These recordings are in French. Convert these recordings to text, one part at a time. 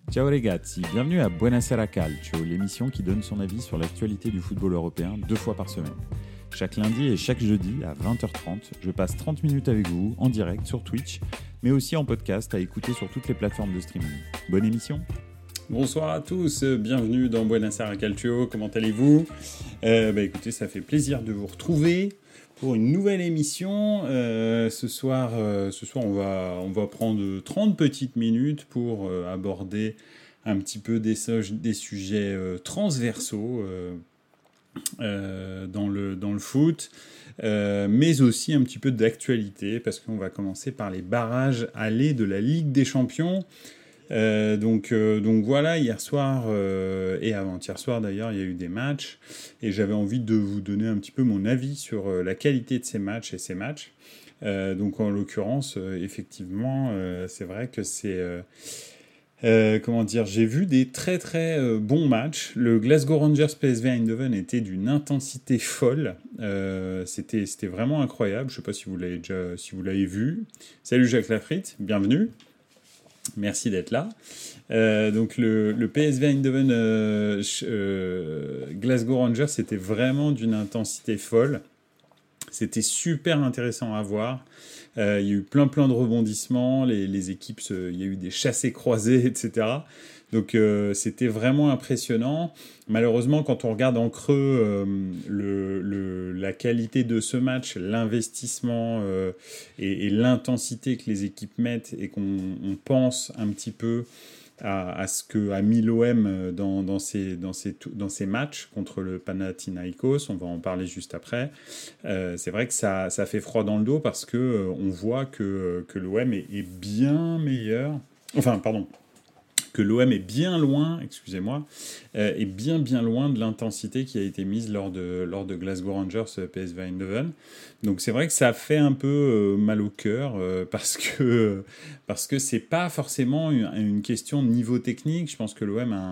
Ciao ragazzi, bienvenue à Buonasera Calcio, l'émission qui donne son avis sur l'actualité du football européen 2 fois par semaine. Chaque lundi et chaque jeudi à 20h30, je passe 30 minutes avec vous en direct sur Twitch, mais aussi en podcast à écouter sur toutes les plateformes de streaming. Bonne émission. Bonsoir à tous, bienvenue dans Buonasera Calcio, comment allez-vous ? Écoutez, ça fait plaisir de vous retrouver pour une nouvelle émission. Ce soir, on va prendre 30 petites minutes pour aborder un petit peu des sujets transversaux dans le foot, mais aussi un petit peu d'actualité, parce qu'on va commencer par les barrages allés de la Ligue des Champions. Donc voilà, hier soir et avant-hier soir d'ailleurs, il y a eu des matchs et j'avais envie de vous donner un petit peu mon avis sur la qualité de ces matchs. Donc en l'occurrence, effectivement, c'est vrai que c'est... j'ai vu des très très bons matchs. Le Glasgow Rangers PSV Eindhoven était d'une intensité folle. C'était vraiment incroyable. Je ne sais pas si vous l'avez vu. Salut Jacques Lafritte, bienvenue. Merci d'être là. Donc le PSV Eindhoven Glasgow Rangers, c'était vraiment d'une intensité folle. C'était super intéressant à voir. Il y a eu plein de rebondissements. Les équipes, il y a eu des chassés-croisés, etc. Donc c'était vraiment impressionnant. Malheureusement, quand on regarde en creux la qualité de ce match, l'investissement et l'intensité que les équipes mettent et qu'on pense un petit peu à ce qu'a mis l'OM dans ces matchs contre le Panathinaikos, on va en parler juste après. C'est vrai que ça fait froid dans le dos parce que on voit que l'OM est bien meilleur. Que l'OM est bien loin, est bien loin de l'intensité qui a été mise lors de Glasgow Rangers PSV Eindhoven. Donc c'est vrai que ça fait un peu mal au cœur parce que c'est pas forcément une question de niveau technique. Je pense que l'OM a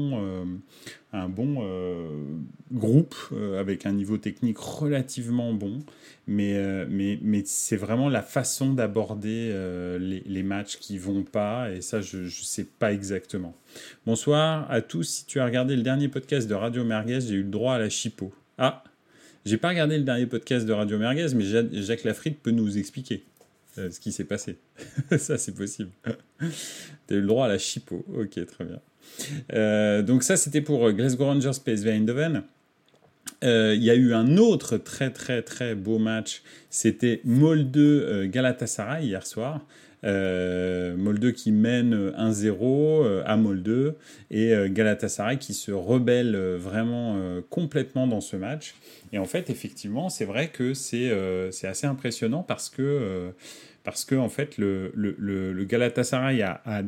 un bon groupe avec un niveau technique relativement bon, mais c'est vraiment la façon d'aborder les matchs qui vont pas, et ça je sais pas exactement. Bonsoir à tous. Si tu as regardé le dernier podcast de Radio Merguez, j'ai eu le droit à la chipot. Ah, j'ai pas regardé le dernier podcast de Radio Merguez, mais Jacques Lafritte peut nous expliquer ce qui s'est passé. Ça c'est possible. Tu as eu le droit à la chipot. Ok, très bien. Donc ça c'était pour Glasgow Rangers PSV Eindhoven. Il y a eu un autre très très très beau match, c'était Molde Galatasaray hier soir. Molde qui mène 1-0 à Molde, et Galatasaray qui se rebelle vraiment complètement dans ce match. Et en fait, effectivement, c'est vrai que c'est assez impressionnant parce que en fait, le Galatasaray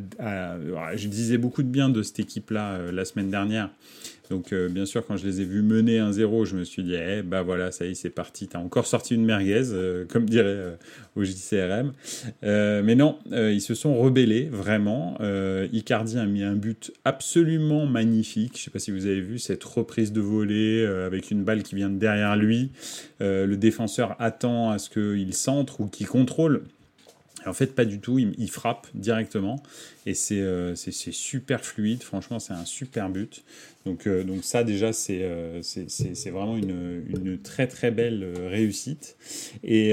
je disais beaucoup de bien de cette équipe-là la semaine dernière. Donc, bien sûr, quand je les ai vus mener 1-0, je me suis dit, voilà, ça y est, c'est parti. T'as encore sorti une merguez, comme dirait au JCRM. Mais non, ils se sont rebellés, vraiment. Icardi a mis un but absolument magnifique. Je ne sais pas si vous avez vu cette reprise de volée avec une balle qui vient de derrière lui. Le défenseur attend à ce qu'il centre ou qu'il contrôle. Et en fait, pas du tout, il frappe directement, et c'est super fluide, franchement, c'est un super but. Donc ça, déjà, c'est vraiment une très très belle réussite. Et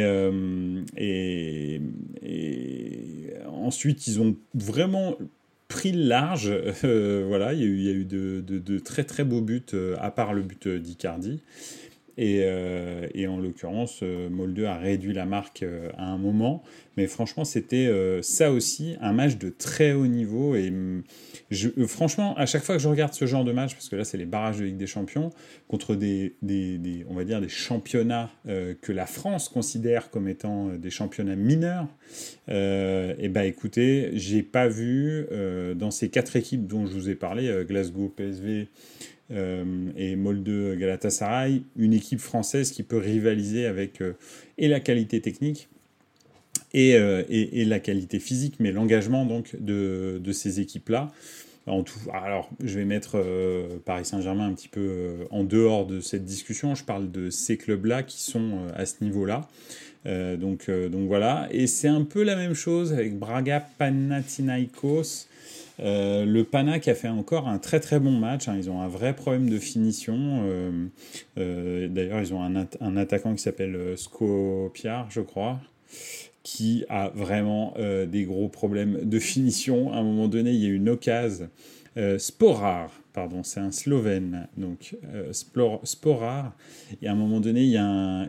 ensuite, ils ont vraiment pris le large. Voilà, il y a eu de très très beaux buts, à part le but d'Icardi. Et en l'occurrence, Molde a réduit la marque à un moment. Mais franchement, c'était ça aussi, un match de très haut niveau. Et franchement, à chaque fois que je regarde ce genre de match, parce que là, c'est les barrages de Ligue des Champions, contre on va dire des championnats que la France considère comme étant des championnats mineurs, écoutez, j'ai pas vu dans ces 4 équipes dont je vous ai parlé, Glasgow, PSV, et Molde Galatasaray, une équipe française qui peut rivaliser avec et la qualité technique et la qualité physique, mais l'engagement donc de ces équipes-là. Alors, je vais mettre Paris Saint-Germain un petit peu en dehors de cette discussion. Je parle de ces clubs-là qui sont à ce niveau-là. Donc voilà. Et c'est un peu la même chose avec Braga Panathinaikos. Le Pana qui a fait encore un très très bon match, hein. Ils ont un vrai problème de finition. D'ailleurs, ils ont un attaquant qui s'appelle Skopiar, je crois, qui a vraiment des gros problèmes de finition. À un moment donné, il y a une occasion. Sporar, pardon, c'est un Slovène, donc Sporar. Et à un moment donné, il y a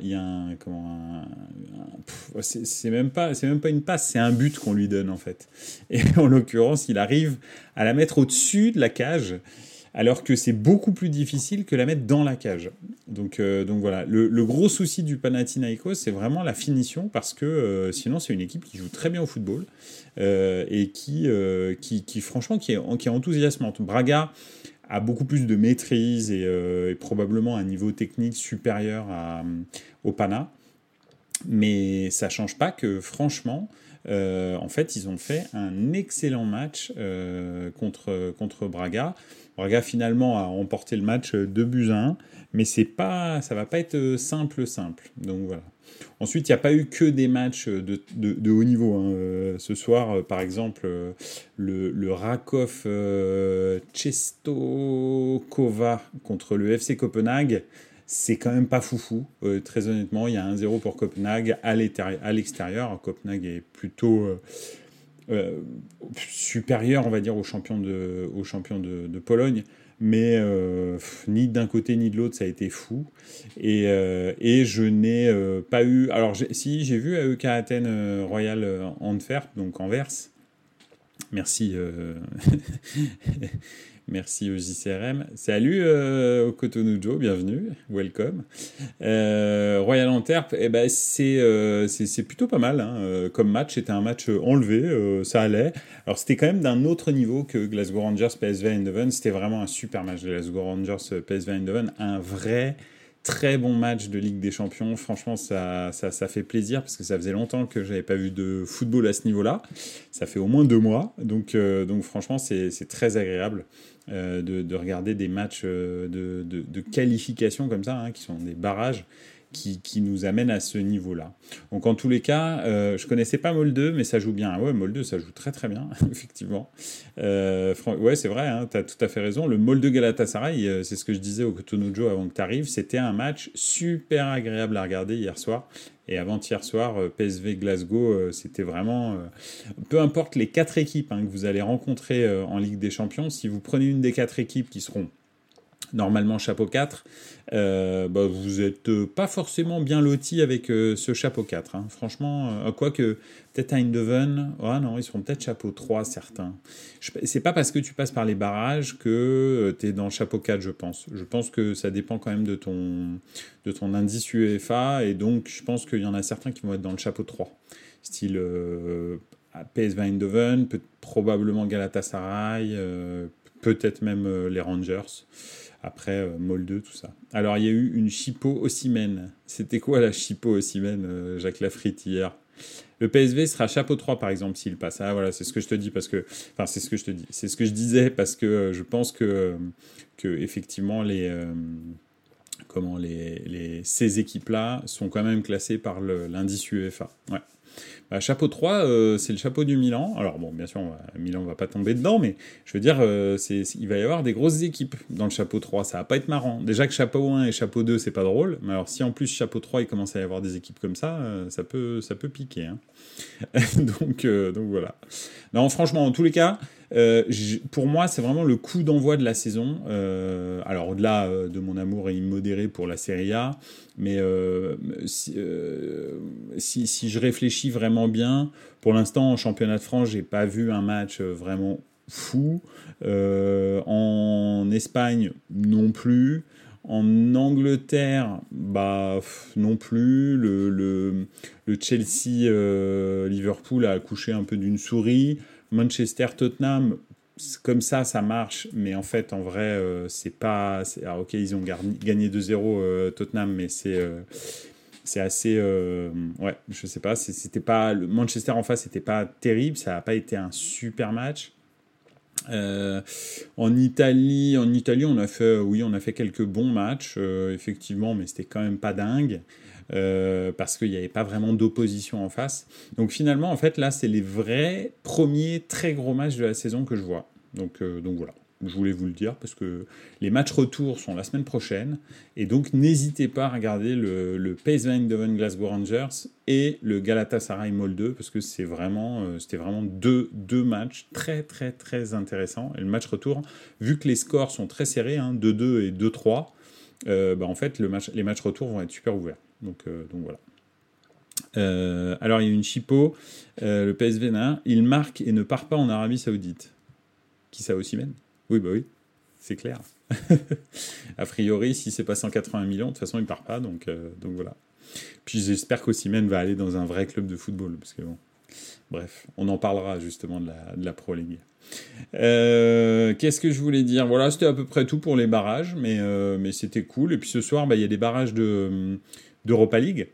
c'est même pas une passe, c'est un but qu'on lui donne en fait. Et en l'occurrence, il arrive à la mettre au-dessus de la cage, alors que c'est beaucoup plus difficile que la mettre dans la cage. Donc voilà, le gros souci du Panathinaikos, c'est vraiment la finition, parce que sinon c'est une équipe qui joue très bien au football et qui franchement qui est enthousiasmante. Braga a beaucoup plus de maîtrise et probablement un niveau technique supérieur au Pana, mais ça change pas que franchement, en fait, ils ont fait un excellent match contre Braga. Braga finalement a remporté le match 2-1, mais ça va pas être simple. Donc voilà. Ensuite, il n'y a pas eu que des matchs de haut niveau, hein. Ce soir, par exemple, le Rakov Czestochowa contre le FC Copenhague, c'est quand même pas foufou. Très honnêtement, il y a 1-0 pour Copenhague à l'extérieur. Copenhague est plutôt supérieur, on va dire, aux champions de Pologne. Mais ni d'un côté ni de l'autre, ça a été fou. Et je n'ai pas eu... Alors, j'ai vu AEK Athènes Royal Antwerp, donc Anvers. Merci. Merci au JCRM. Salut au Cotonou Joe, bienvenue, welcome. Royal Antwerp, c'est plutôt pas mal, hein. Comme match, c'était un match enlevé, ça allait. Alors c'était quand même d'un autre niveau que Glasgow Rangers PSV Eindhoven. C'était vraiment un super match de Glasgow Rangers PSV Eindhoven, un vrai très bon match de Ligue des Champions. Franchement, ça fait plaisir, parce que ça faisait longtemps que j'avais pas vu de football à ce niveau-là. Ça fait au moins 2 mois, donc franchement c'est très agréable de regarder des matchs de qualification comme ça, hein, qui sont des barrages qui nous amènent à ce niveau-là. Donc en tous les cas, je connaissais pas Molde, mais ça joue bien. Ouais, Molde, ça joue très très bien, effectivement. Ouais, c'est vrai, hein, tu as tout à fait raison. Le Molde Galatasaray, c'est ce que je disais au Cotonou Joe avant que tu arrives, c'était un match super agréable à regarder hier soir. Et avant-hier soir, PSV Glasgow, c'était vraiment... peu importe les 4 équipes, hein, que vous allez rencontrer en Ligue des Champions, si vous prenez une des 4 équipes qui seront normalement chapeau 4, vous n'êtes pas forcément bien loti avec ce chapeau 4. Hein. Franchement, quoique peut-être à Eindhoven, non, ils seront peut-être chapeau 3, certains. C'est pas parce que tu passes par les barrages que tu es dans le chapeau 4, je pense. Je pense que ça dépend quand même de ton indice UEFA, et donc je pense qu'il y en a certains qui vont être dans le chapeau 3. Style PSV Eindhoven, probablement Galatasaray, peut-être même les Rangers. Après, Molde, tout ça. Alors, il y a eu une Chippo Osimhen. C'était quoi la Chippo Osimhen, Jacques Lafritte, hier ? Le PSV sera chapeau 3, par exemple, s'il passe. Ah, voilà, c'est ce que je te dis, parce que... Enfin, c'est ce que je te dis. C'est ce que je disais, parce que je pense que effectivement, ces équipes-là sont quand même classées par l'indice UEFA. Ouais. Chapeau 3, c'est le chapeau du Milan. Alors bon, bien sûr, Milan va pas tomber dedans, mais je veux dire, il va y avoir des grosses équipes dans le chapeau 3. Ça va pas être marrant. Déjà que chapeau 1 et chapeau 2, c'est pas drôle. Mais alors, si en plus chapeau 3, il commence à y avoir des équipes comme ça, ça peut piquer. Hein. donc voilà. Non, franchement, en tous les cas, pour moi, c'est vraiment le coup d'envoi de la saison. Alors, au-delà de mon amour immodéré pour la Serie A, mais si je réfléchis vraiment bien, pour l'instant, en championnat de France, j'ai pas vu un match vraiment fou. En Espagne, non plus. En Angleterre, non plus. Le Chelsea Liverpool a accouché un peu d'une souris. Manchester Tottenham, comme ça marche, mais en fait, en vrai, c'est pas... Alors, ok, ils ont gagné 2-0 Tottenham, mais c'est assez... ouais, je sais pas, c'était pas... Le Manchester en face, c'était pas terrible, ça n'a pas été un super match. En Italie, on a fait quelques bons matchs, effectivement, mais c'était quand même pas dingue. Parce qu'il n'y avait pas vraiment d'opposition en face. Donc finalement, en fait, là, c'est les vrais premiers très gros matchs de la saison que je vois. Donc voilà. Je voulais vous le dire parce que les matchs retour sont la semaine prochaine. Et donc, n'hésitez pas à regarder le PSV Eindhoven Glasgow Rangers et le Galatasaray Molde parce que c'était vraiment deux matchs très, très, très intéressants. Et le match retour, vu que les scores sont très serrés, 2-2 et 2-3, en fait, les matchs retour vont être super ouverts. Donc voilà. Alors, il y a une chipot, le PSV, il marque et ne part pas en Arabie Saoudite. Qui ça, Osimhen ? Oui, bah oui, c'est clair. A priori, si c'est pas 180 millions, de toute façon, il part pas, donc voilà. Puis j'espère qu'Osimhen va aller dans un vrai club de football, parce que bon, bref, on en parlera justement de la Pro League. Qu'est-ce que je voulais dire ? Voilà, c'était à peu près tout pour les barrages, mais c'était cool. Et puis ce soir, il y a des barrages d'Europa League.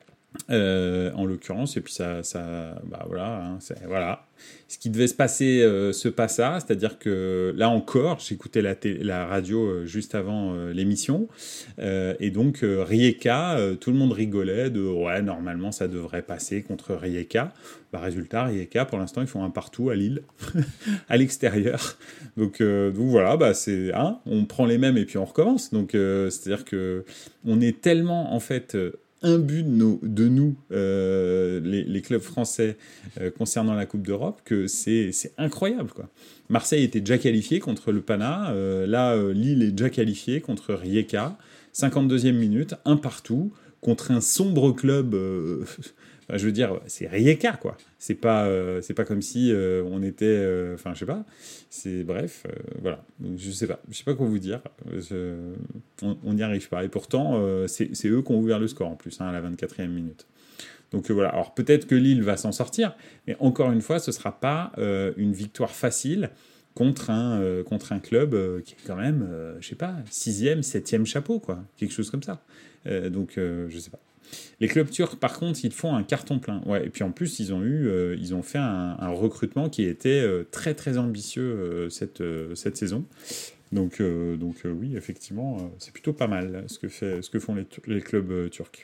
En l'occurrence, et puis voilà. Ce qui devait se passer se passa, c'est-à-dire que là encore, j'écoutais la radio juste avant l'émission, et donc Rijeka, tout le monde rigolait de ouais, normalement ça devrait passer contre Rijeka. Résultat, Rijeka, pour l'instant, ils font un partout à Lille, à l'extérieur. Donc voilà, on prend les mêmes et puis on recommence. Donc c'est-à-dire que on est tellement en fait imbus de nous, les clubs français concernant la Coupe d'Europe, que c'est incroyable, quoi. Marseille était déjà qualifié contre le Pana, Lille est déjà qualifié contre Rijeka, 52e minute, un partout, contre un sombre club, je veux dire, c'est Rijeka, quoi. C'est pas comme si on était, je sais pas, voilà. Donc, je sais pas quoi vous dire, on n'y arrive pas, et pourtant, c'est eux qui ont ouvert le score en plus, à la 24e minute. Donc voilà, alors peut-être que Lille va s'en sortir, mais encore une fois, ce sera pas une victoire facile contre un club qui est quand même, je sais pas, 6e, 7e chapeau, quoi, quelque chose comme ça. Donc je sais pas. Les clubs turcs, par contre, ils font un carton plein. Ouais, et puis en plus, ils ont fait un recrutement qui était très très ambitieux cette saison. Donc oui, effectivement, c'est plutôt pas mal ce que font les clubs turcs.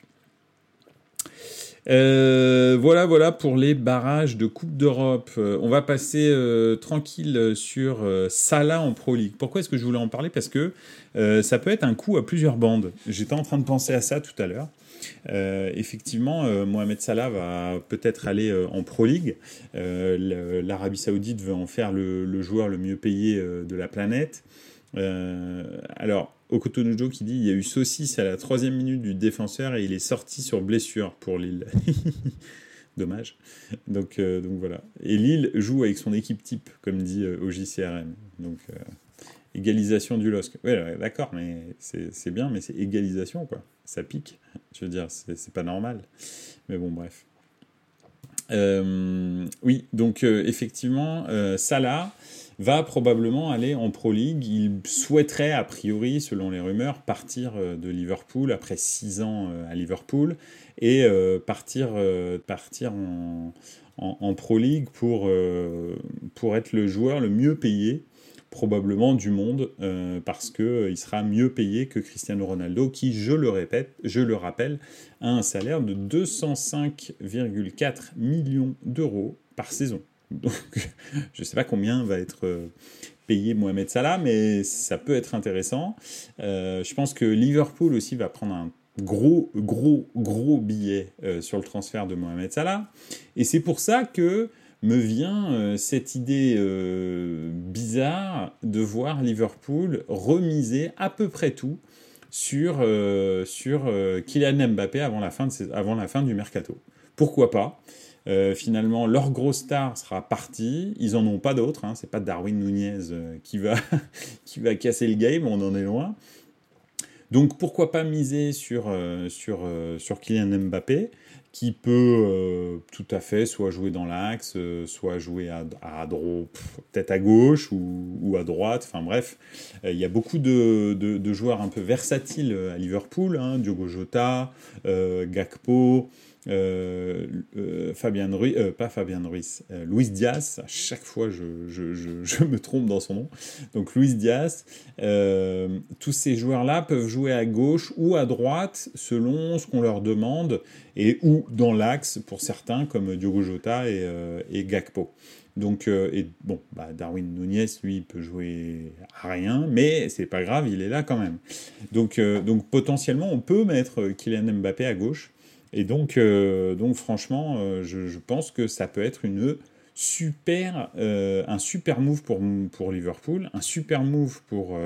Voilà pour les barrages de Coupe d'Europe. On va passer tranquille sur Salah en Pro League. Pourquoi est-ce que je voulais en parler ? Parce que ça peut être un coup à plusieurs bandes. J'étais en train de penser à ça tout à l'heure. Effectivement, Mohamed Salah va peut-être aller en Pro League. L'Arabie Saoudite veut en faire le joueur le mieux payé de la planète. Alors, Okotonujo qui dit il y a eu saucisse à la 3e minute du défenseur et il est sorti sur blessure pour Lille. Dommage. Donc voilà. Et Lille joue avec son équipe type, comme dit OJCRM. Donc égalisation du LOSC. Ouais, d'accord, mais c'est bien, mais c'est égalisation, quoi. Ça pique. Je veux dire, c'est pas normal. Mais bon, bref. Oui, donc effectivement, Salah va probablement aller en Pro League. Il souhaiterait, a priori, selon les rumeurs, partir de Liverpool après 6 ans à Liverpool et partir en Pro League pour être le joueur le mieux payé probablement du monde, parce qu'il sera mieux payé que Cristiano Ronaldo, qui, je le rappelle, a un salaire de 205,4 millions d'euros par saison. Donc, je ne sais pas combien va être payé Mohamed Salah, mais ça peut être intéressant. Je pense que Liverpool aussi va prendre un gros billet sur le transfert de Mohamed Salah. Et c'est pour ça que me vient cette idée bizarre de voir Liverpool remiser à peu près tout sur Kylian Mbappé avant la fin du mercato. Pourquoi pas ? Finalement, leur grosse star sera partie. Ils n'en ont pas d'autres. C'est pas Darwin Nunez qui va casser le game. On en est loin. Donc pourquoi pas miser sur Kylian Mbappé, qui peut tout à fait soit jouer dans l'axe, soit jouer à droite, peut-être à gauche ou à droite. Enfin bref, il y a beaucoup de joueurs un peu versatiles à Liverpool. Diogo Jota, Gakpo, Luis Diaz. À chaque fois, je me trompe dans son nom. Donc Luis Diaz. Tous ces joueurs-là peuvent jouer à gauche ou à droite selon ce qu'on leur demande, ou dans l'axe pour certains comme Diogo Jota et Gakpo. Donc, Darwin Núñez, lui, il peut jouer à rien, mais c'est pas grave, il est là quand même. Donc potentiellement, on peut mettre Kylian Mbappé à gauche. Et donc franchement, je pense que ça peut être un super move pour Liverpool, un super move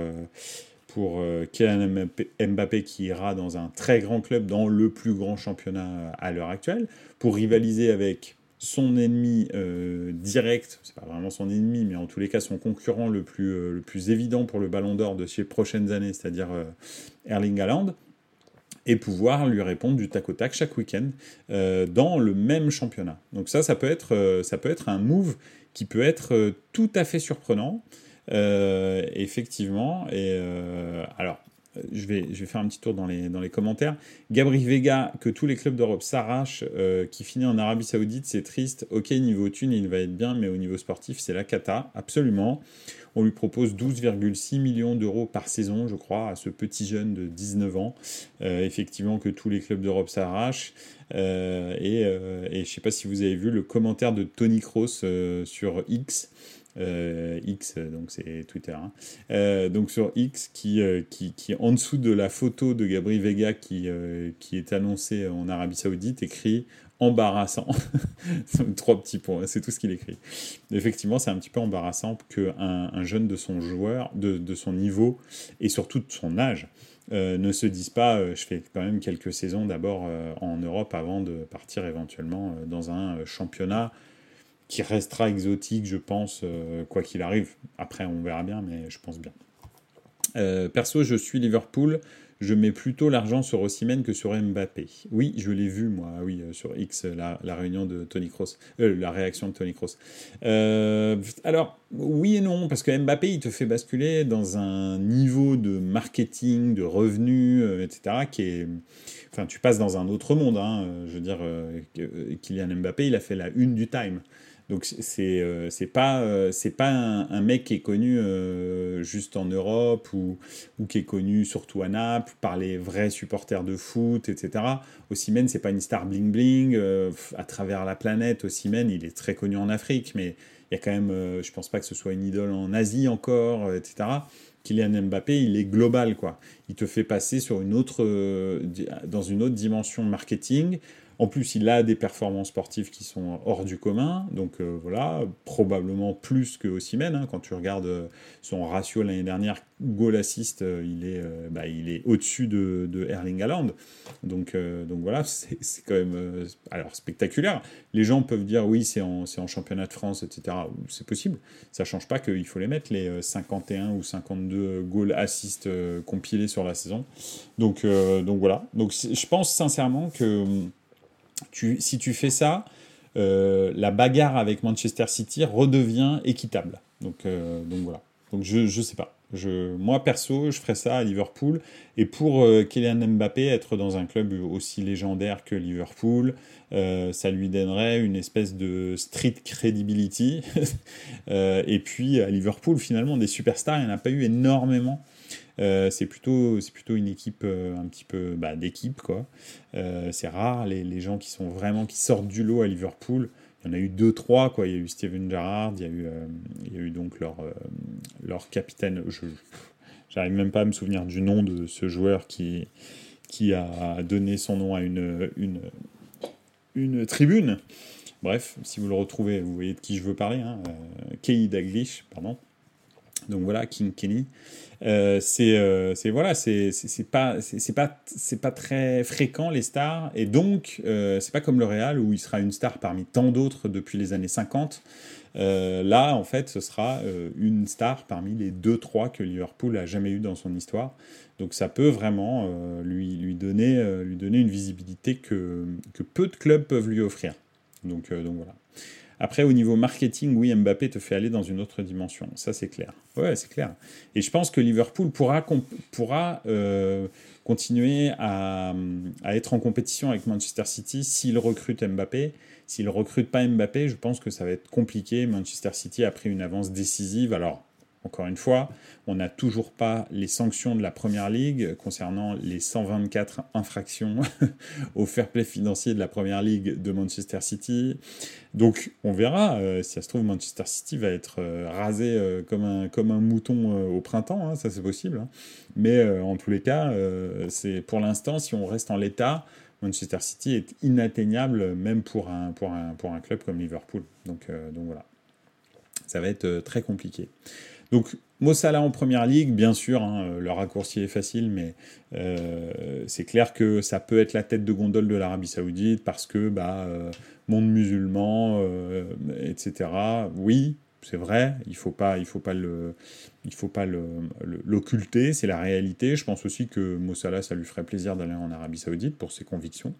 pour Kylian Mbappé qui ira dans un très grand club, dans le plus grand championnat à l'heure actuelle, pour rivaliser avec son ennemi direct, c'est pas vraiment son ennemi, mais en tous les cas son concurrent le plus évident pour le Ballon d'Or de ces prochaines années, c'est-à-dire Erling Haaland, et pouvoir lui répondre du tac au tac chaque week-end dans le même championnat. Donc ça peut être un move qui peut être tout à fait surprenant, effectivement. Et alors, je vais faire un petit tour dans les commentaires. Gabri Vega, que tous les clubs d'Europe s'arrachent, qui finit en Arabie Saoudite, c'est triste. Ok, niveau thune, il va être bien, mais au niveau sportif, c'est la cata, absolument. On lui propose 12,6 millions d'euros par saison, je crois, à ce petit jeune de 19 ans. Effectivement, que tous les clubs d'Europe s'arrachent. Et je ne sais pas si vous avez vu le commentaire de Tony Kroos sur X. Donc c'est Twitter. Donc sur X, qui en dessous de la photo de Gabri Vega qui est annoncée en Arabie Saoudite, écrit embarrassant. 3 petits points, c'est tout ce qu'il écrit. Effectivement, c'est un petit peu embarrassant qu'un jeune de son joueur, de son niveau et surtout de son âge, ne se dise pas je fais quand même quelques saisons d'abord en Europe avant de partir éventuellement dans un championnat qui restera exotique, je pense, quoi qu'il arrive. Après, on verra bien, mais je pense bien. Perso, je suis Liverpool. Je mets plutôt l'argent sur Osimhen que sur Mbappé. Oui, je l'ai vu, moi, sur X, la réunion de Tony Kroos. La réaction de Tony Kroos. Alors, oui et non, parce que Mbappé, il te fait basculer dans un niveau de marketing, de revenus, etc., qui est... Enfin, tu passes dans un autre monde, hein. Je veux dire, Kylian Mbappé, il a fait la une du Time. Donc c'est pas un mec qui est connu juste en Europe ou qui est connu surtout à Naples par les vrais supporters de foot, etc. Osimhen, c'est pas une star bling bling à travers la planète. Osimhen, il est très connu en Afrique, mais il y a quand même, je pense pas que ce soit une idole en Asie encore, etc. Kylian Mbappé, il est global, quoi. Il te fait passer dans une autre dimension marketing. En plus, il a des performances sportives qui sont hors du commun, donc voilà, probablement plus que Osimhen. Hein, quand tu regardes son ratio l'année dernière, goal-assist, il est au-dessus de Erling Haaland. Donc voilà, c'est quand même alors spectaculaire. Les gens peuvent dire oui, c'est en championnat de France, etc. C'est possible. Ça change pas qu'il faut les mettre, les 51 ou 52 goal-assist compilés sur la saison. Donc voilà. Donc je pense sincèrement que si tu fais ça, la bagarre avec Manchester City redevient équitable. Donc voilà. Donc je sais pas. Moi perso, je ferais ça à Liverpool. Et pour Kylian Mbappé, être dans un club aussi légendaire que Liverpool, ça lui donnerait une espèce de street credibility. Et puis à Liverpool, finalement, des superstars, il n'y en a pas eu énormément. C'est plutôt une équipe un petit peu d'équipe, quoi. C'est rare les gens qui sortent du lot à Liverpool. Il y en a eu 2-3, quoi. Il y a eu Steven Gerrard, il y a eu donc leur capitaine. J'arrive même pas à me souvenir du nom de ce joueur qui a donné son nom à une tribune. Bref, si vous le retrouvez, vous voyez de qui je veux parler. Hein. Kenny Dalglish, pardon. Donc voilà, King Kenny. C'est pas très fréquent les stars, et donc c'est pas comme le Real où il sera une star parmi tant d'autres depuis les années 50. Là en fait ce sera une star parmi les 2-3 que Liverpool a jamais eu dans son histoire, donc ça peut vraiment lui donner une visibilité que peu de clubs peuvent lui offrir, donc voilà. Après, au niveau marketing, oui, Mbappé te fait aller dans une autre dimension. Ça, c'est clair. Ouais, c'est clair. Et je pense que Liverpool pourra continuer à être en compétition avec Manchester City s'il recrute Mbappé. S'il ne recrute pas Mbappé, je pense que ça va être compliqué. Manchester City a pris une avance décisive. Alors, Encore une fois, on n'a toujours pas les sanctions de la Première Ligue concernant les 124 infractions au fair play financier de la Première Ligue de Manchester City. Donc on verra, si ça se trouve, Manchester City va être rasé comme un mouton au printemps, hein, ça c'est possible. Hein. Mais en tous les cas, c'est pour l'instant, si on reste en l'état, Manchester City est inatteignable même pour un club comme Liverpool. Donc voilà, ça va être très compliqué. Donc, Mo Salah en Première Ligue, bien sûr, hein, le raccourci est facile, mais c'est clair que ça peut être la tête de gondole de l'Arabie Saoudite parce que monde musulman, etc. Oui, c'est vrai, il faut pas l'occulter, c'est la réalité. Je pense aussi que Mo Salah, ça lui ferait plaisir d'aller en Arabie Saoudite pour ses convictions.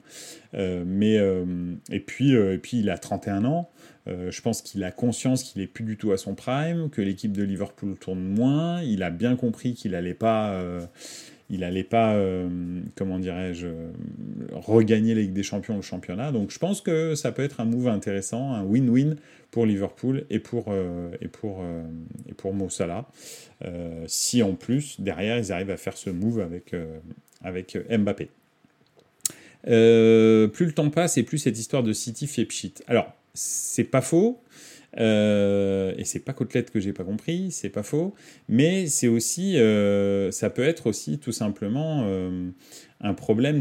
Et puis il a 31 ans. Je pense qu'il a conscience qu'il n'est plus du tout à son prime, que l'équipe de Liverpool tourne moins. Il a bien compris qu'il n'allait pas, comment dirais-je, regagner la Ligue des Champions ou le championnat. Donc je pense que ça peut être un move intéressant, un win-win pour Liverpool et pour Mo Salah. Si en plus, derrière, ils arrivent à faire ce move avec Mbappé. Plus le temps passe et plus cette histoire de City fait pchit. Alors, c'est pas faux, et c'est pas Côtelette que j'ai pas compris, c'est pas faux, mais c'est aussi, ça peut être aussi tout simplement un problème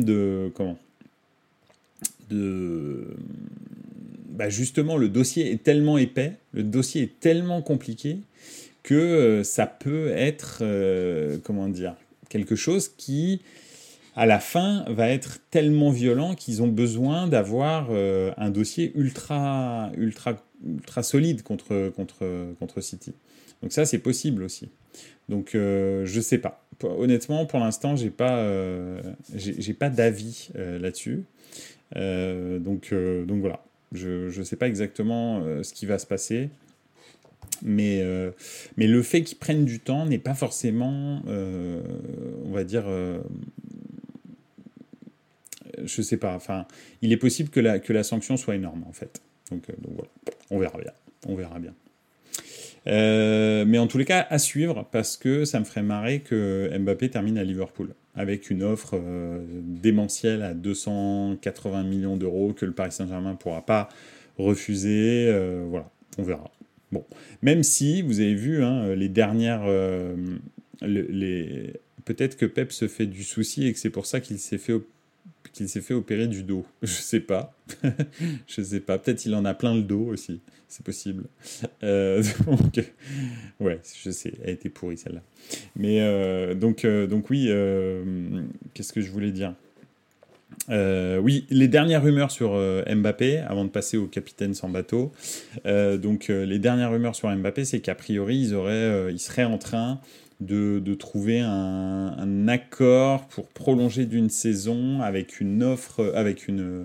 justement, le dossier est tellement épais, le dossier est tellement compliqué que ça peut être, quelque chose qui à la fin, va être tellement violent qu'ils ont besoin d'avoir un dossier ultra solide contre City. Donc ça, c'est possible aussi. Donc je sais pas. Honnêtement, pour l'instant, j'ai pas d'avis là-dessus. Donc voilà. Je sais pas exactement ce qui va se passer. Mais le fait qu'ils prennent du temps n'est pas forcément, on va dire, je sais pas. Enfin, il est possible que la sanction soit énorme en fait. Donc voilà, on verra bien. Mais en tous les cas, à suivre, parce que ça me ferait marrer que Mbappé termine à Liverpool avec une offre démentielle à 280 millions d'euros que le Paris Saint-Germain ne pourra pas refuser. Voilà, on verra. Bon, même si, vous avez vu, hein, les dernières... peut-être que Pep se fait du souci et que c'est pour ça qu'il s'est fait opérer du dos. Je sais pas. Peut-être il en a plein le dos aussi. C'est possible. Donc, ouais, je sais. Elle a été pourrie celle-là. Mais donc oui. Qu'est-ce que je voulais dire ? Oui, les dernières rumeurs sur Mbappé, avant de passer au capitaine sans bateau. Les dernières rumeurs sur Mbappé, c'est qu'a priori, il serait en train de trouver un accord pour prolonger d'une saison avec une offre, avec une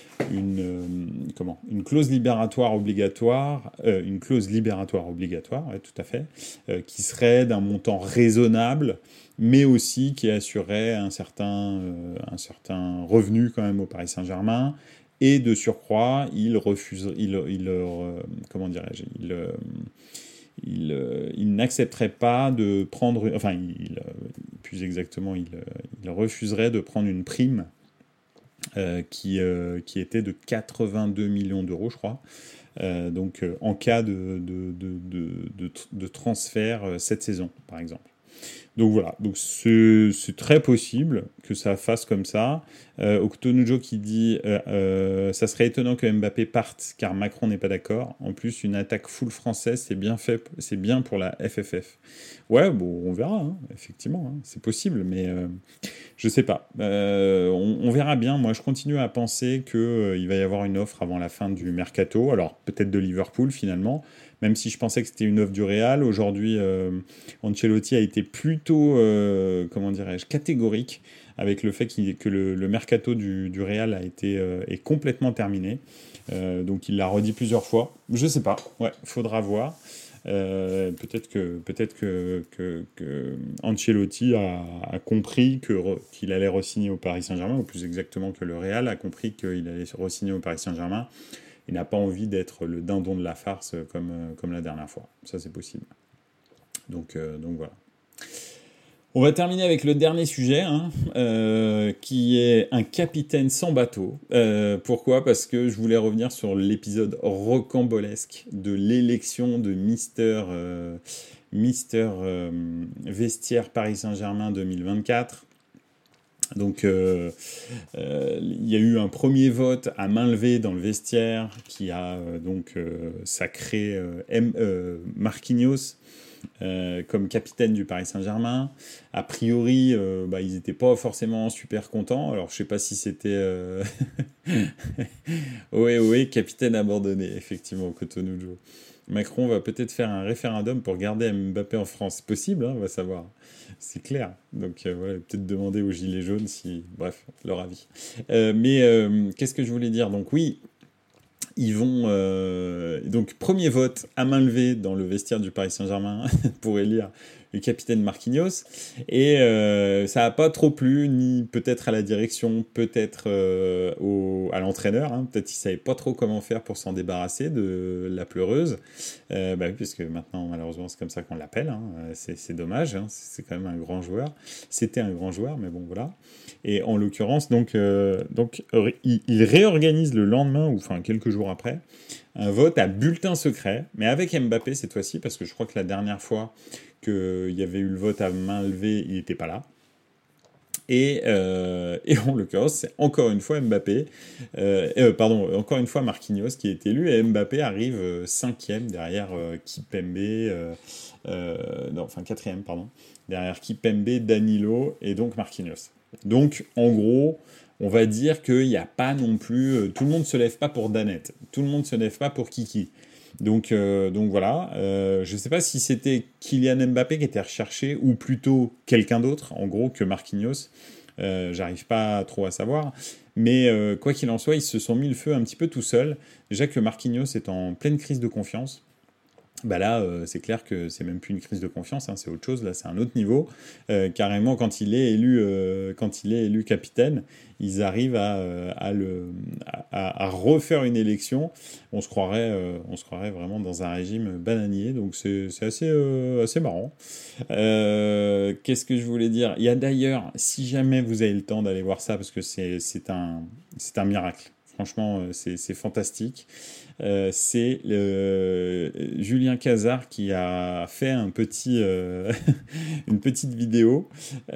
clause libératoire obligatoire, ouais, tout à fait, qui serait d'un montant raisonnable, mais aussi qui assurerait un certain revenu quand même au Paris Saint-Germain. Et de surcroît, il n'accepterait pas de prendre, plus exactement, il refuserait de prendre une prime qui était de 82 millions d'euros, je crois. En cas de transfert cette saison, par exemple. Donc voilà, donc c'est très possible que ça fasse comme ça. Octonujo qui dit ça serait étonnant que Mbappé parte car Macron n'est pas d'accord. En plus, une attaque full française, c'est bien pour la FFF. Ouais, bon, on verra, hein, effectivement, hein, c'est possible, mais je sais pas. On verra bien. Moi, je continue à penser qu'il va y avoir une offre avant la fin du mercato. Alors peut-être de Liverpool finalement. Même si je pensais que c'était une offre du Real, aujourd'hui, Ancelotti a été plutôt, catégorique avec le fait que le mercato du Real est complètement terminé. Donc il l'a redit plusieurs fois. Je sais pas. Ouais, faudra voir. Peut-être que Ancelotti a compris qu'il allait re-signer au Paris Saint-Germain, ou plus exactement que le Real a compris qu'il allait re-signer au Paris Saint-Germain. Il n'a pas envie d'être le dindon de la farce comme la dernière fois. Ça, c'est possible. Donc voilà. On va terminer avec le dernier sujet, qui est un capitaine sans bateau. Pourquoi ? Parce que je voulais revenir sur l'épisode rocambolesque de l'élection de Mister Vestiaire Paris Saint-Germain 2024. Donc, il y a eu un premier vote à main levée dans le vestiaire qui a sacré Marquinhos comme capitaine du Paris Saint-Germain. A priori, ils n'étaient pas forcément super contents. Alors, je ne sais pas si c'était... oui, capitaine abandonné, effectivement, au Cotonou Joe. Macron va peut-être faire un référendum pour garder Mbappé en France. C'est possible, on va savoir. C'est clair. Donc, peut-être demander aux Gilets jaunes bref, leur avis. Qu'est-ce que je voulais dire ? Donc, oui, ils vont... Donc, premier vote à main levée dans le vestiaire du Paris Saint-Germain pour élire le capitaine Marquinhos. Et ça n'a pas trop plu, ni peut-être à la direction, peut-être à l'entraîneur. Peut-être qu'il ne savait pas trop comment faire pour s'en débarrasser de la pleureuse. Puisque maintenant, malheureusement, c'est comme ça qu'on l'appelle. C'est dommage. C'est quand même un grand joueur. C'était un grand joueur, mais bon, voilà. Et en l'occurrence, il réorganise le lendemain, quelques jours après, un vote à bulletin secret, mais avec Mbappé cette fois-ci, parce que je crois que la dernière fois qu'il y avait eu le vote à main levée, il n'était pas là. Et en l'occurrence, c'est encore une fois encore une fois Marquinhos qui est élu, et Mbappé arrive 5e derrière Kipembe, quatrième, derrière Kipembe, Danilo et donc Marquinhos. Donc, en gros, on va dire qu'il n'y a pas non plus... tout le monde ne se lève pas pour Danette. Tout le monde ne se lève pas pour Kiki. Donc voilà. Je ne sais pas si c'était Kylian Mbappé qui était recherché ou plutôt quelqu'un d'autre, en gros, que Marquinhos. J'arrive pas trop à savoir. Mais quoi qu'il en soit, ils se sont mis le feu un petit peu tout seuls. Déjà que Marquinhos est en pleine crise de confiance. Là, c'est clair que c'est même plus une crise de confiance, c'est autre chose, là c'est un autre niveau. Carrément, quand il est élu capitaine, ils arrivent à refaire une élection. On se croirait vraiment dans un régime bananier, donc c'est assez marrant. Qu'est-ce que je voulais dire ? Il y a d'ailleurs, si jamais vous avez le temps d'aller voir ça, parce que c'est un miracle. Franchement, c'est fantastique. C'est Julien Cazard qui a fait une petite vidéo.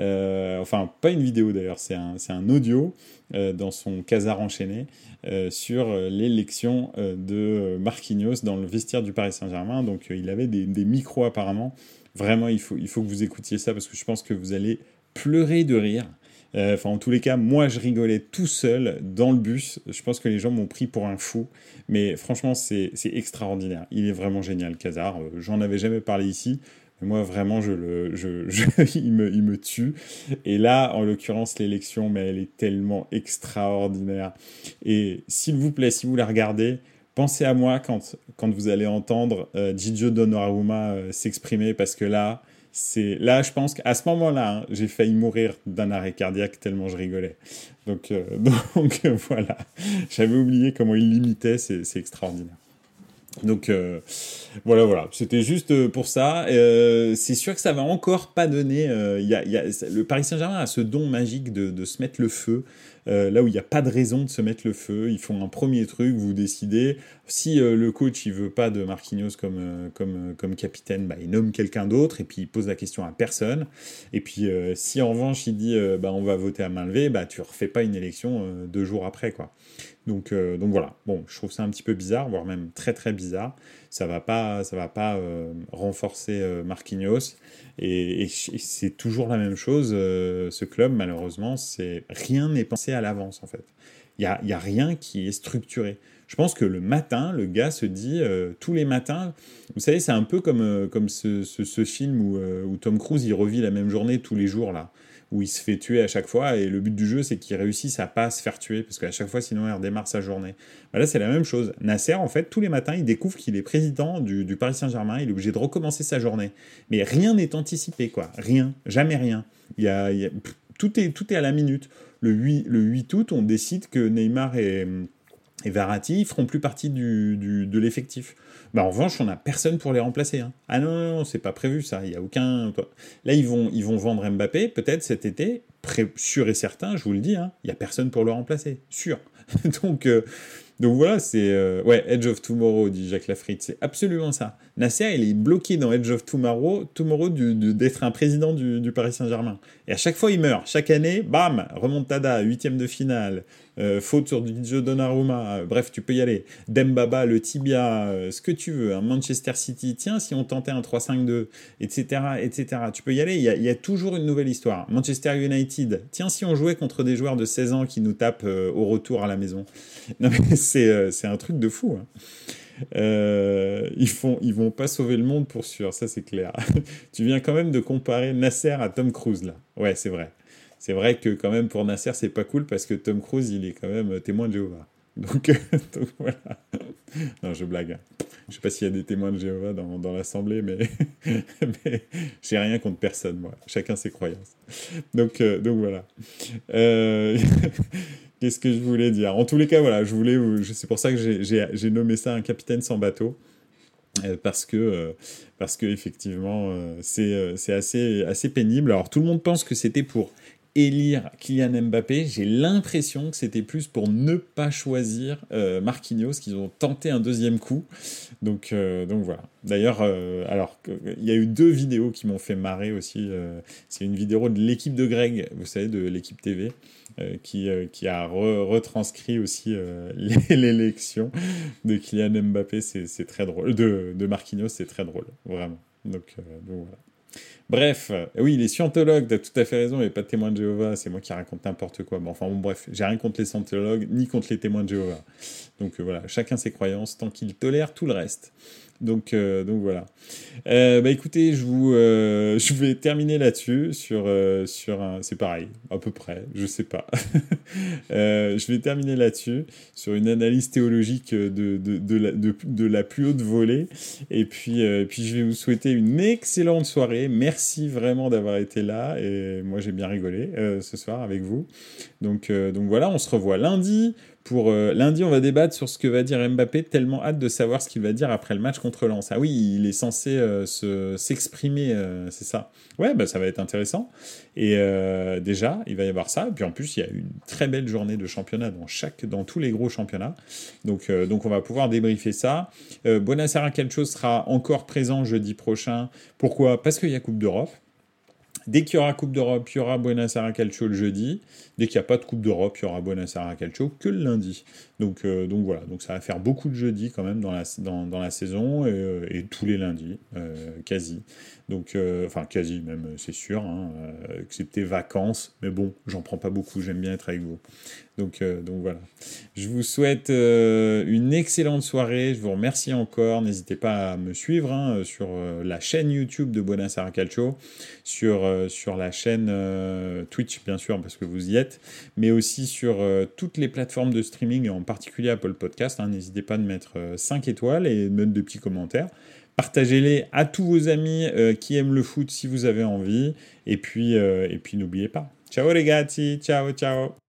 Pas une vidéo d'ailleurs, c'est un audio dans son Cazard enchaîné sur l'élection de Marquinhos dans le vestiaire du Paris Saint-Germain. Donc il avait des micros apparemment. Vraiment, il faut que vous écoutiez ça parce que je pense que vous allez pleurer de rire. En tous les cas, moi, je rigolais tout seul dans le bus. Je pense que les gens m'ont pris pour un fou. Mais franchement, c'est extraordinaire. Il est vraiment génial, Cazard. J'en avais jamais parlé ici. Mais moi, vraiment, il me tue. Et là, en l'occurrence, l'élection, mais elle est tellement extraordinaire. Et s'il vous plaît, si vous la regardez, pensez à moi quand vous allez entendre Gigio Donnarumma s'exprimer. Parce que là, je pense qu'à ce moment-là, j'ai failli mourir d'un arrêt cardiaque tellement je rigolais. Donc voilà, j'avais oublié comment il l'imitait, c'est extraordinaire. Donc voilà, c'était juste pour ça. C'est sûr que ça va encore pas donner. Le Paris Saint-Germain a ce don magique de se mettre le feu. Là où il n'y a pas de raison de se mettre le feu, ils font un premier truc, vous décidez. Si le coach il veut pas de Marquinhos comme capitaine, il nomme quelqu'un d'autre et puis il pose la question à personne. Et puis si en revanche il dit on va voter à main levée, tu refais pas une élection 2 jours après quoi. Donc voilà. Bon, je trouve ça un petit peu bizarre, voire même très très bizarre. Ça va pas renforcer Marquinhos. Et c'est toujours la même chose. Ce club, malheureusement, rien n'est pensé à l'avance en fait. Il y a rien qui est structuré. Je pense que le matin, le gars se dit tous les matins. Vous savez, c'est un peu comme ce film où Tom Cruise il revit la même journée tous les jours là, où il se fait tuer à chaque fois, et le but du jeu, c'est qu'il réussisse à pas se faire tuer, parce qu'à chaque fois, sinon, il redémarre sa journée. Là, c'est la même chose. Nasser, en fait, tous les matins, il découvre qu'il est président du Paris Saint-Germain, il est obligé de recommencer sa journée. Mais rien n'est anticipé, quoi. Rien. Jamais rien. Tout est à la minute. Le 8 août, on décide que Neymar et Verratti, ils feront plus partie de l'effectif. Bah, en revanche, on n'a personne pour les remplacer. Hein. Ah non, non, non, c'est pas prévu ça. Il y a aucun. Là, ils vont vendre Mbappé peut-être cet été, sûr et certain. Je vous le dis, hein, il y a personne pour le remplacer, sûr. donc, donc voilà, c'est ouais, Edge of Tomorrow, dit Jacques Lafritte, c'est absolument ça. Nasser, il est bloqué dans Edge of Tomorrow d'être un président du Paris Saint-Germain. Et à chaque fois, il meurt. Chaque année, bam, remontada, 8e de finale, faute sur Didier Donnarumma, bref, tu peux y aller. Dembaba, le tibia, ce que tu veux. Hein. Manchester City, tiens, si on tentait un 3-5-2, etc., etc. Tu peux y aller, il y a toujours une nouvelle histoire. Manchester United, tiens, si on jouait contre des joueurs de 16 ans qui nous tapent au retour à la maison. Non mais c'est un truc de fou. Hein. Ils vont pas sauver le monde pour sûr, ça c'est clair. Tu viens quand même de comparer Nasser à Tom Cruise là. Ouais, c'est vrai. C'est vrai que quand même pour Nasser c'est pas cool parce que Tom Cruise il est quand même témoin de Jéhovah. Donc, donc voilà. Non, je blague. Hein. Je sais pas s'il y a des témoins de Jéhovah dans l'assemblée, mais j'ai rien contre personne, moi. Chacun ses croyances. Donc voilà. Qu'est-ce que je voulais dire? En tous les cas, voilà, c'est pour ça que j'ai nommé ça un capitaine sans bateau. Parce que effectivement, c'est assez pénible. Alors, tout le monde pense que c'était pour élire Kylian Mbappé. J'ai l'impression que c'était plus pour ne pas choisir Marquinhos, qu'ils ont tenté un deuxième coup. Donc voilà. D'ailleurs, alors il y a eu 2 vidéos qui m'ont fait marrer aussi. C'est une vidéo de l'équipe de Greg, vous savez, de l'équipe TV, qui a retranscrit aussi l'élection de Kylian Mbappé. C'est très drôle. De Marquinhos, c'est très drôle, vraiment. Donc voilà. Bref, oui, les scientologues, t'as tout à fait raison, et pas de témoins de Jéhovah, c'est moi qui raconte n'importe quoi. Bon, enfin bon, bref, j'ai rien contre les scientologues, ni contre les témoins de Jéhovah. Donc voilà, chacun ses croyances, tant qu'il tolère tout le reste. Donc voilà. Bah écoutez, je vais terminer là-dessus sur c'est pareil, à peu près, je sais pas. Je vais terminer là-dessus sur une analyse théologique de la plus haute volée. Et puis je vais vous souhaiter une excellente soirée. Merci vraiment d'avoir été là et moi j'ai bien rigolé ce soir avec vous. Donc voilà, on se revoit lundi. Lundi, on va débattre sur ce que va dire Mbappé, tellement hâte de savoir ce qu'il va dire après le match contre Lens. Ah oui, il est censé s'exprimer, c'est ça. Ouais, bah, ça va être intéressant. Et déjà, il va y avoir ça. Et puis en plus, il y a une très belle journée de championnat dans tous les gros championnats. Donc on va pouvoir débriefer ça. Bonassara Calcio sera encore présent jeudi prochain. Pourquoi? Parce qu'il y a Coupe d'Europe. Dès qu'il y aura Coupe d'Europe, il y aura Buenos-Aires Calcio le jeudi. Dès qu'il n'y a pas de Coupe d'Europe, il y aura Buenos-Aires Calcio que le lundi. Donc voilà, donc ça va faire beaucoup de jeudis quand même dans la saison et tous les lundis, quasi. Donc, enfin quasi même, c'est sûr, hein, excepté vacances. Mais bon, j'en prends pas beaucoup, j'aime bien être avec vous. Donc voilà. Je vous souhaite une excellente soirée. Je vous remercie encore. N'hésitez pas à me suivre hein, sur la chaîne YouTube de Buenos-Aires Calcio, sur la chaîne Twitch, bien sûr, parce que vous y êtes, mais aussi sur toutes les plateformes de streaming, et en particulier Apple Podcast. Hein. N'hésitez pas de mettre 5 étoiles et de mettre des petits commentaires. Partagez-les à tous vos amis qui aiment le foot si vous avez envie. Et puis n'oubliez pas. Ciao les gars, ciao, ciao.